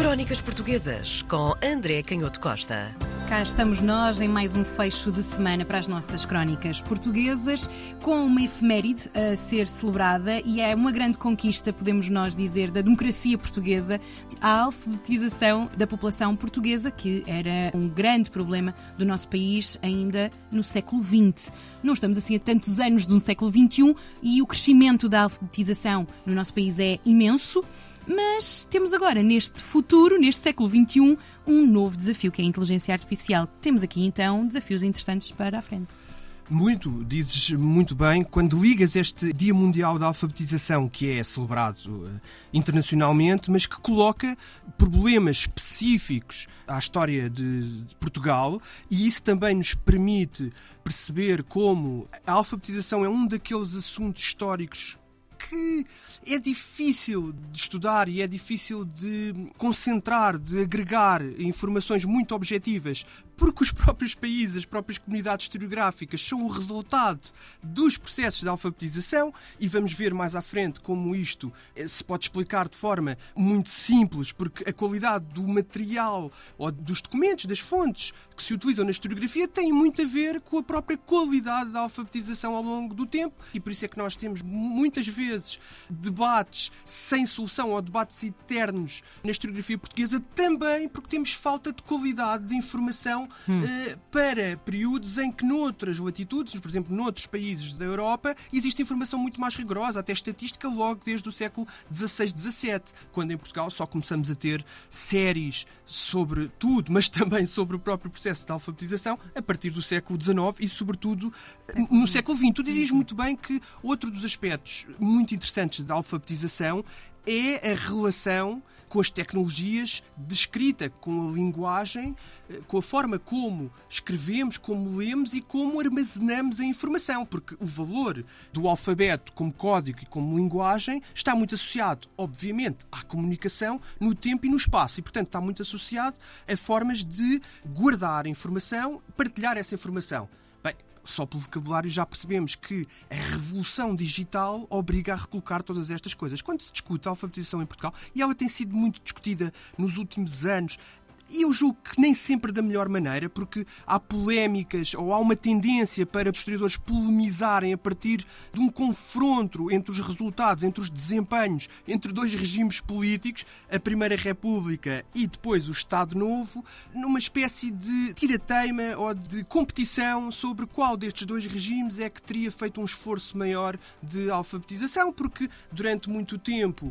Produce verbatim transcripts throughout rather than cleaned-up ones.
Crónicas Portuguesas, com André Canhoto Costa. Cá estamos nós em mais um fecho de semana para as nossas crónicas portuguesas, com uma efeméride a ser celebrada, e é uma grande conquista, podemos nós dizer, da democracia portuguesa, a alfabetização da população portuguesa, que era um grande problema do nosso país ainda no século vinte. Não estamos assim a tantos anos de um século vinte e um e o crescimento da alfabetização no nosso país é imenso. Mas temos agora, neste futuro, neste século vinte e um, um novo desafio, que é a inteligência artificial. Temos aqui, então, desafios interessantes para a frente. Muito, dizes muito bem, quando ligas este Dia Mundial da Alfabetização, que é celebrado uh, internacionalmente, mas que coloca problemas específicos à história de, de Portugal, e isso também nos permite perceber como a alfabetização é um daqueles assuntos históricos que é difícil de estudar e é difícil de concentrar, de agregar informações muito objetivas, porque os próprios países, as próprias comunidades historiográficas são o resultado dos processos de alfabetização, e vamos ver mais à frente como isto se pode explicar de forma muito simples, porque a qualidade do material ou dos documentos, das fontes que se utilizam na historiografia tem muito a ver com a própria qualidade da alfabetização ao longo do tempo, e por isso é que nós temos muitas vezes debates sem solução ou debates eternos na historiografia portuguesa, também porque temos falta de qualidade de informação Hum. Uh, para períodos em que noutras latitudes, por exemplo, noutros países da Europa, existe informação muito mais rigorosa, até estatística, logo desde o século dezasseis, dezassete, quando em Portugal só começamos a ter séries sobre tudo, mas também sobre o próprio processo de alfabetização, a partir do século dezanove e, sobretudo, século no século vinte. Tu dizias muito bem que outro dos aspectos muito interessantes da alfabetização é a relação com as tecnologias de escrita, com a linguagem, com a forma como escrevemos, como lemos e como armazenamos a informação, porque o valor do alfabeto como código e como linguagem está muito associado, obviamente, à comunicação no tempo e no espaço, e, portanto, está muito associado a formas de guardar a informação, partilhar essa informação. Bem, só pelo vocabulário já percebemos que a revolução digital obriga a recolocar todas estas coisas. Quando se discute a alfabetização em Portugal, e ela tem sido muito discutida nos últimos anos, e eu julgo que nem sempre da melhor maneira, porque há polémicas ou há uma tendência para os historiadores polemizarem a partir de um confronto entre os resultados, entre os desempenhos, entre dois regimes políticos, a Primeira República e depois o Estado Novo, numa espécie de tira-teima ou de competição sobre qual destes dois regimes é que teria feito um esforço maior de alfabetização, porque durante muito tempo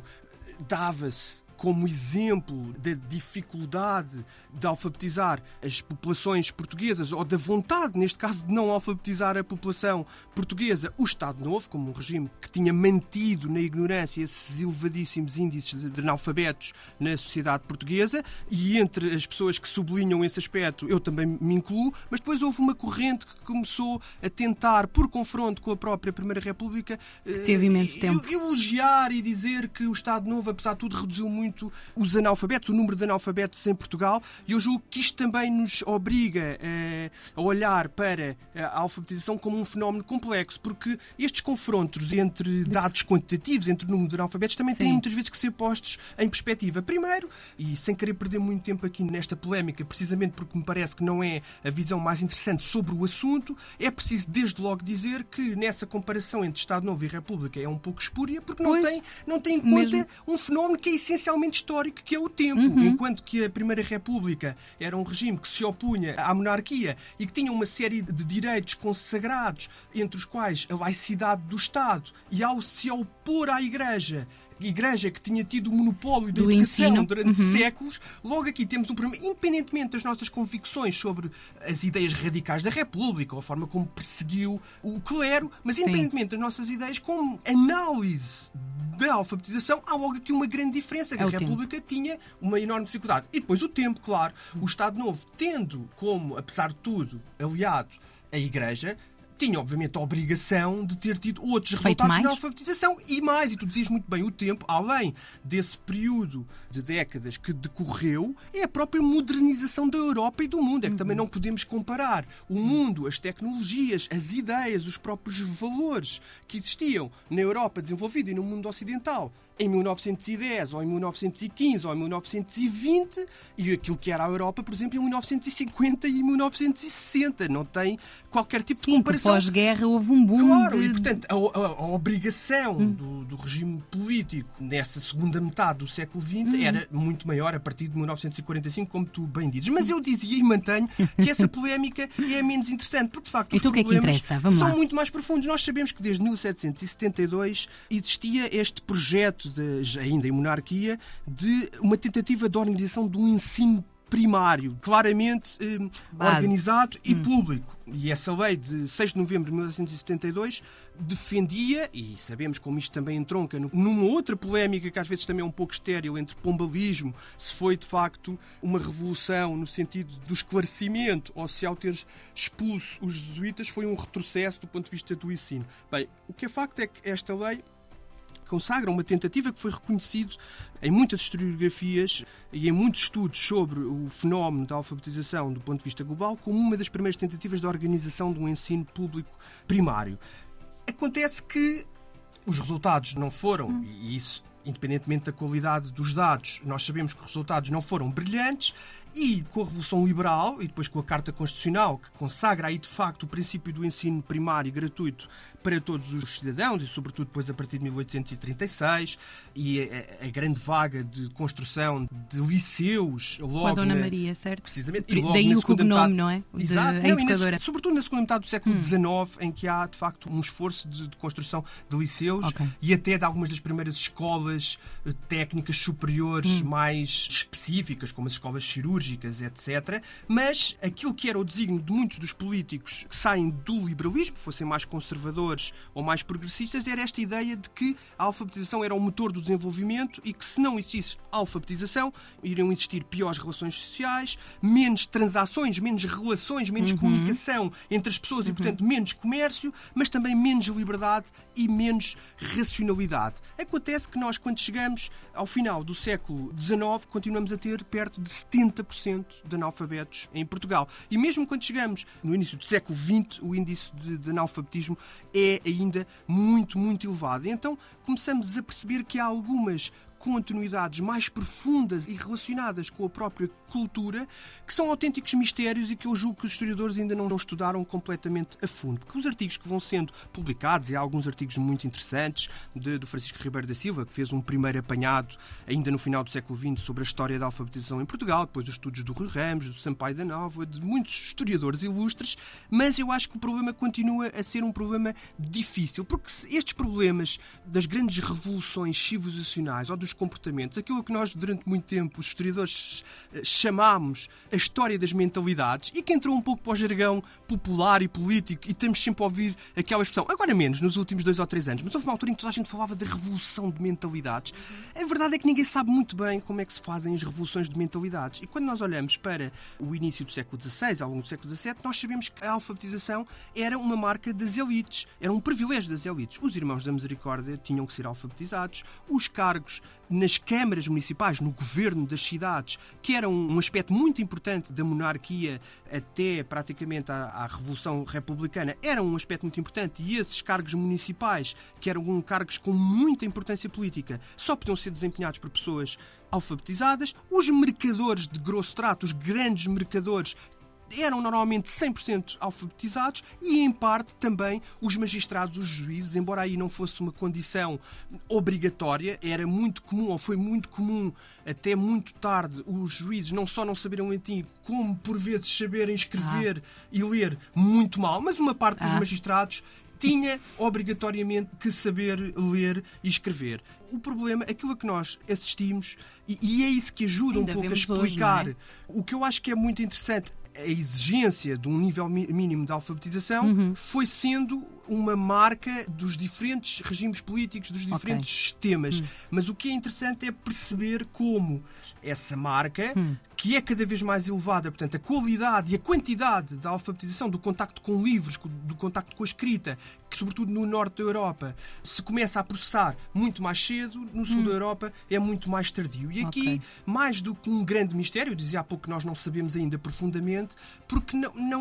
dava-se como exemplo da dificuldade de alfabetizar as populações portuguesas, ou da vontade, neste caso, de não alfabetizar a população portuguesa, o Estado Novo, como um regime que tinha mantido na ignorância esses elevadíssimos índices de analfabetos na sociedade portuguesa, e entre as pessoas que sublinham esse aspecto eu também me incluo, mas depois houve uma corrente que começou a tentar, por confronto com a própria Primeira República, que teve imenso tempo, elogiar e dizer que o Estado Novo, apesar de tudo, reduziu muito os analfabetos, o número de analfabetos em Portugal, e eu julgo que isto também nos obriga eh, a olhar para a alfabetização como um fenómeno complexo, porque estes confrontos entre dados quantitativos, entre o número de analfabetos, também Sim. têm muitas vezes que ser postos em perspectiva. Primeiro, e sem querer perder muito tempo aqui nesta polémica, precisamente porque me parece que não é a visão mais interessante sobre o assunto, é preciso desde logo dizer que nessa comparação entre Estado Novo e República é um pouco espúria, porque não tem, não tem em conta mesmo um fenómeno que é essencial histórico, que é o tempo. Uhum. Enquanto que a Primeira República era um regime que se opunha à monarquia e que tinha uma série de direitos consagrados, entre os quais a laicidade do Estado, e ao se opor à Igreja, Igreja que tinha tido o monopólio da educação ensino. durante uhum. séculos, logo aqui temos um problema, independentemente das nossas convicções sobre as ideias radicais da República, ou a forma como perseguiu o clero, mas independentemente Sim. das nossas ideias, como análise da alfabetização, há logo aqui uma grande diferença, que é a República tempo. tinha uma enorme dificuldade. E depois o tempo, claro. O Estado Novo, tendo como, apesar de tudo, aliado a Igreja, tinha, obviamente, a obrigação de ter tido outros Feito resultados mais? na alfabetização e mais. E tu dizias muito bem, o tempo, além desse período de décadas que decorreu, é a própria modernização da Europa e do mundo. É que uhum. também não podemos comparar o Sim. mundo, as tecnologias, as ideias, os próprios valores que existiam na Europa desenvolvida e no mundo ocidental em mil novecentos e dez, ou em mil novecentos e quinze, ou em mil novecentos e vinte, e aquilo que era a Europa, por exemplo, em mil novecentos e cinquenta e mil novecentos e sessenta. Não tem qualquer tipo Sim, de comparação. Pós-guerra houve um boom. Claro, de... e portanto, a, a, a obrigação hum. do, do regime político nessa segunda metade do século vinte hum. era muito maior a partir de mil novecentos e quarenta e cinco, como tu bem dizes. Mas eu dizia e mantenho que essa polémica é menos interessante, porque de facto os então, problemas que é que Vamos são lá. muito mais profundos. Nós sabemos que desde mil setecentos e setenta e dois existia este projeto, de, ainda em monarquia, de uma tentativa de organização de um ensino primário, claramente eh, organizado e hum. público. E essa lei de seis de novembro de mil novecentos e setenta e dois defendia, e sabemos como isto também entronca numa outra polémica que às vezes também é um pouco estéril entre pombalismo, se foi de facto uma revolução no sentido do esclarecimento ou se ao ter expulso os jesuítas foi um retrocesso do ponto de vista do ensino. Bem, o que é facto é que esta lei consagra uma tentativa que foi reconhecido em muitas historiografias e em muitos estudos sobre o fenómeno da alfabetização do ponto de vista global como uma das primeiras tentativas de organização de um ensino público primário. Acontece que os resultados não foram, hum. e isso independentemente da qualidade dos dados, nós sabemos que os resultados não foram brilhantes, e com a Revolução Liberal e depois com a Carta Constitucional, que consagra aí de facto o princípio do ensino primário gratuito para todos os cidadãos, e sobretudo depois a partir de mil oitocentos e trinta e seis, e a, a grande vaga de construção de liceus logo com a Dona na, Maria, certo? Precisamente. E logo daí na o cognome, metade, não é? Exato. De, a educadora. Na, sobretudo na segunda metade do século hum. dezenove, em que há de facto um esforço de, de construção de liceus okay. e até de algumas das primeiras escolas técnicas superiores hum. mais específicas, como as escolas cirúrgicas, etcétera. Mas aquilo que era o desígnio de muitos dos políticos que saem do liberalismo, fossem mais conservadores ou mais progressistas, era esta ideia de que a alfabetização era o motor do desenvolvimento e que se não existisse alfabetização, iriam existir piores relações sociais, menos transações, menos relações, menos uhum. comunicação entre as pessoas uhum. e, portanto, menos comércio, mas também menos liberdade e menos racionalidade. Acontece que nós, quando chegamos ao final do século dezenove, continuamos a ter perto de setenta por cento de analfabetos em Portugal. E mesmo quando chegamos no início do século vinte, o índice de, de analfabetismo é ainda muito, muito elevado. E então começamos a perceber que há algumas continuidades mais profundas e relacionadas com a própria cultura, que são autênticos mistérios e que eu julgo que os historiadores ainda não estudaram completamente a fundo. Porque os artigos que vão sendo publicados, e há alguns artigos muito interessantes, de, do Francisco Ribeiro da Silva, que fez um primeiro apanhado ainda no final do século vinte sobre a história da alfabetização em Portugal, depois os estudos do Rui Ramos, do Sampaio da Nova, de muitos historiadores ilustres, mas eu acho que o problema continua a ser um problema difícil, porque estes problemas das grandes revoluções civilizacionais ou dos comportamentos, aquilo que nós durante muito tempo os historiadores chamámos a história das mentalidades e que entrou um pouco para o jargão popular e político e estamos sempre a ouvir aquela expressão, agora menos nos últimos dois ou três anos, mas houve uma altura em que toda a gente falava da revolução de mentalidades. A verdade é que ninguém sabe muito bem como é que se fazem as revoluções de mentalidades e quando nós olhamos para o início do século dezasseis, ao longo do século dezassete, nós sabemos que a alfabetização era uma marca das elites, era um privilégio das elites. Os irmãos da Misericórdia tinham que ser alfabetizados, os cargos nas câmaras municipais, no governo das cidades, que era um aspecto muito importante da monarquia até praticamente à, à Revolução Republicana, era um aspecto muito importante e esses cargos municipais, que eram cargos com muita importância política, só podiam ser desempenhados por pessoas alfabetizadas. Os mercadores de grosso trato, os grandes mercadores, eram normalmente cem por cento alfabetizados e, em parte, também os magistrados, os juízes, embora aí não fosse uma condição obrigatória, era muito comum, ou foi muito comum, até muito tarde, os juízes não só não saberem latim, como, por vezes, saberem escrever ah. e ler muito mal, mas uma parte dos ah. magistrados tinha obrigatoriamente que saber ler e escrever. O problema, aquilo a que nós assistimos, e, e é isso que ajuda Ainda um pouco a hoje, explicar, não é? O que eu acho que é muito interessante, a exigência de um nível mínimo de alfabetização uhum. foi sendo uma marca dos diferentes regimes políticos, dos diferentes okay. sistemas. Hum. Mas o que é interessante é perceber como essa marca, hum. que é cada vez mais elevada, portanto, a qualidade e a quantidade da alfabetização, do contacto com livros, do contacto com a escrita, que sobretudo no norte da Europa se começa a processar muito mais cedo, no sul hum. da Europa é muito mais tardio. E aqui, okay. mais do que um grande mistério, eu dizia há pouco que nós não sabemos ainda profundamente, porque não... não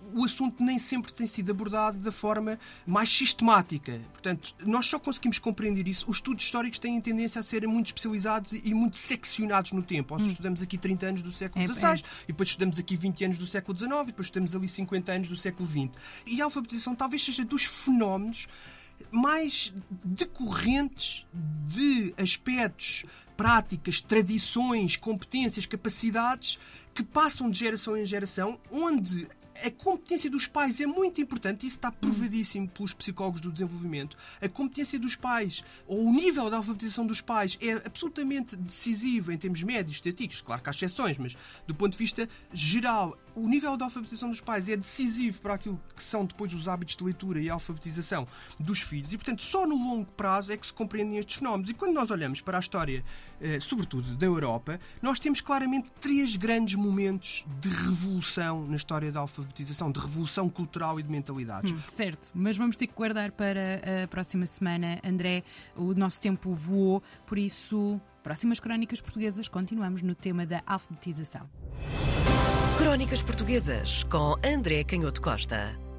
o assunto nem sempre tem sido abordado da forma mais sistemática. Portanto, nós só conseguimos compreender isso. Os estudos históricos têm tendência a serem muito especializados e muito seccionados no tempo. Nós hum. estudamos aqui trinta anos do século dezasseis, é, é. e depois estudamos aqui vinte anos do século dezanove, e depois estudamos ali cinquenta anos do século vinte. E a alfabetização talvez seja dos fenómenos mais decorrentes de aspectos, práticas, tradições, competências, capacidades que passam de geração em geração, onde a competência dos pais é muito importante, isso está provadíssimo pelos psicólogos do desenvolvimento. A competência dos pais, ou o nível da alfabetização dos pais, é absolutamente decisivo em termos médios, estatísticos. Claro que há exceções, mas do ponto de vista geral, o nível da alfabetização dos pais é decisivo para aquilo que são depois os hábitos de leitura e a alfabetização dos filhos. E, portanto, só no longo prazo é que se compreendem estes fenómenos. E quando nós olhamos para a história, eh, sobretudo da Europa, nós temos claramente três grandes momentos de revolução na história da alfabetização, de revolução cultural e de mentalidades. Hum, certo, mas vamos ter que guardar para a próxima semana, André. O nosso tempo voou, por isso, próximas Crónicas Portuguesas, continuamos no tema da alfabetização. Crónicas Portuguesas com André Canhoto Costa.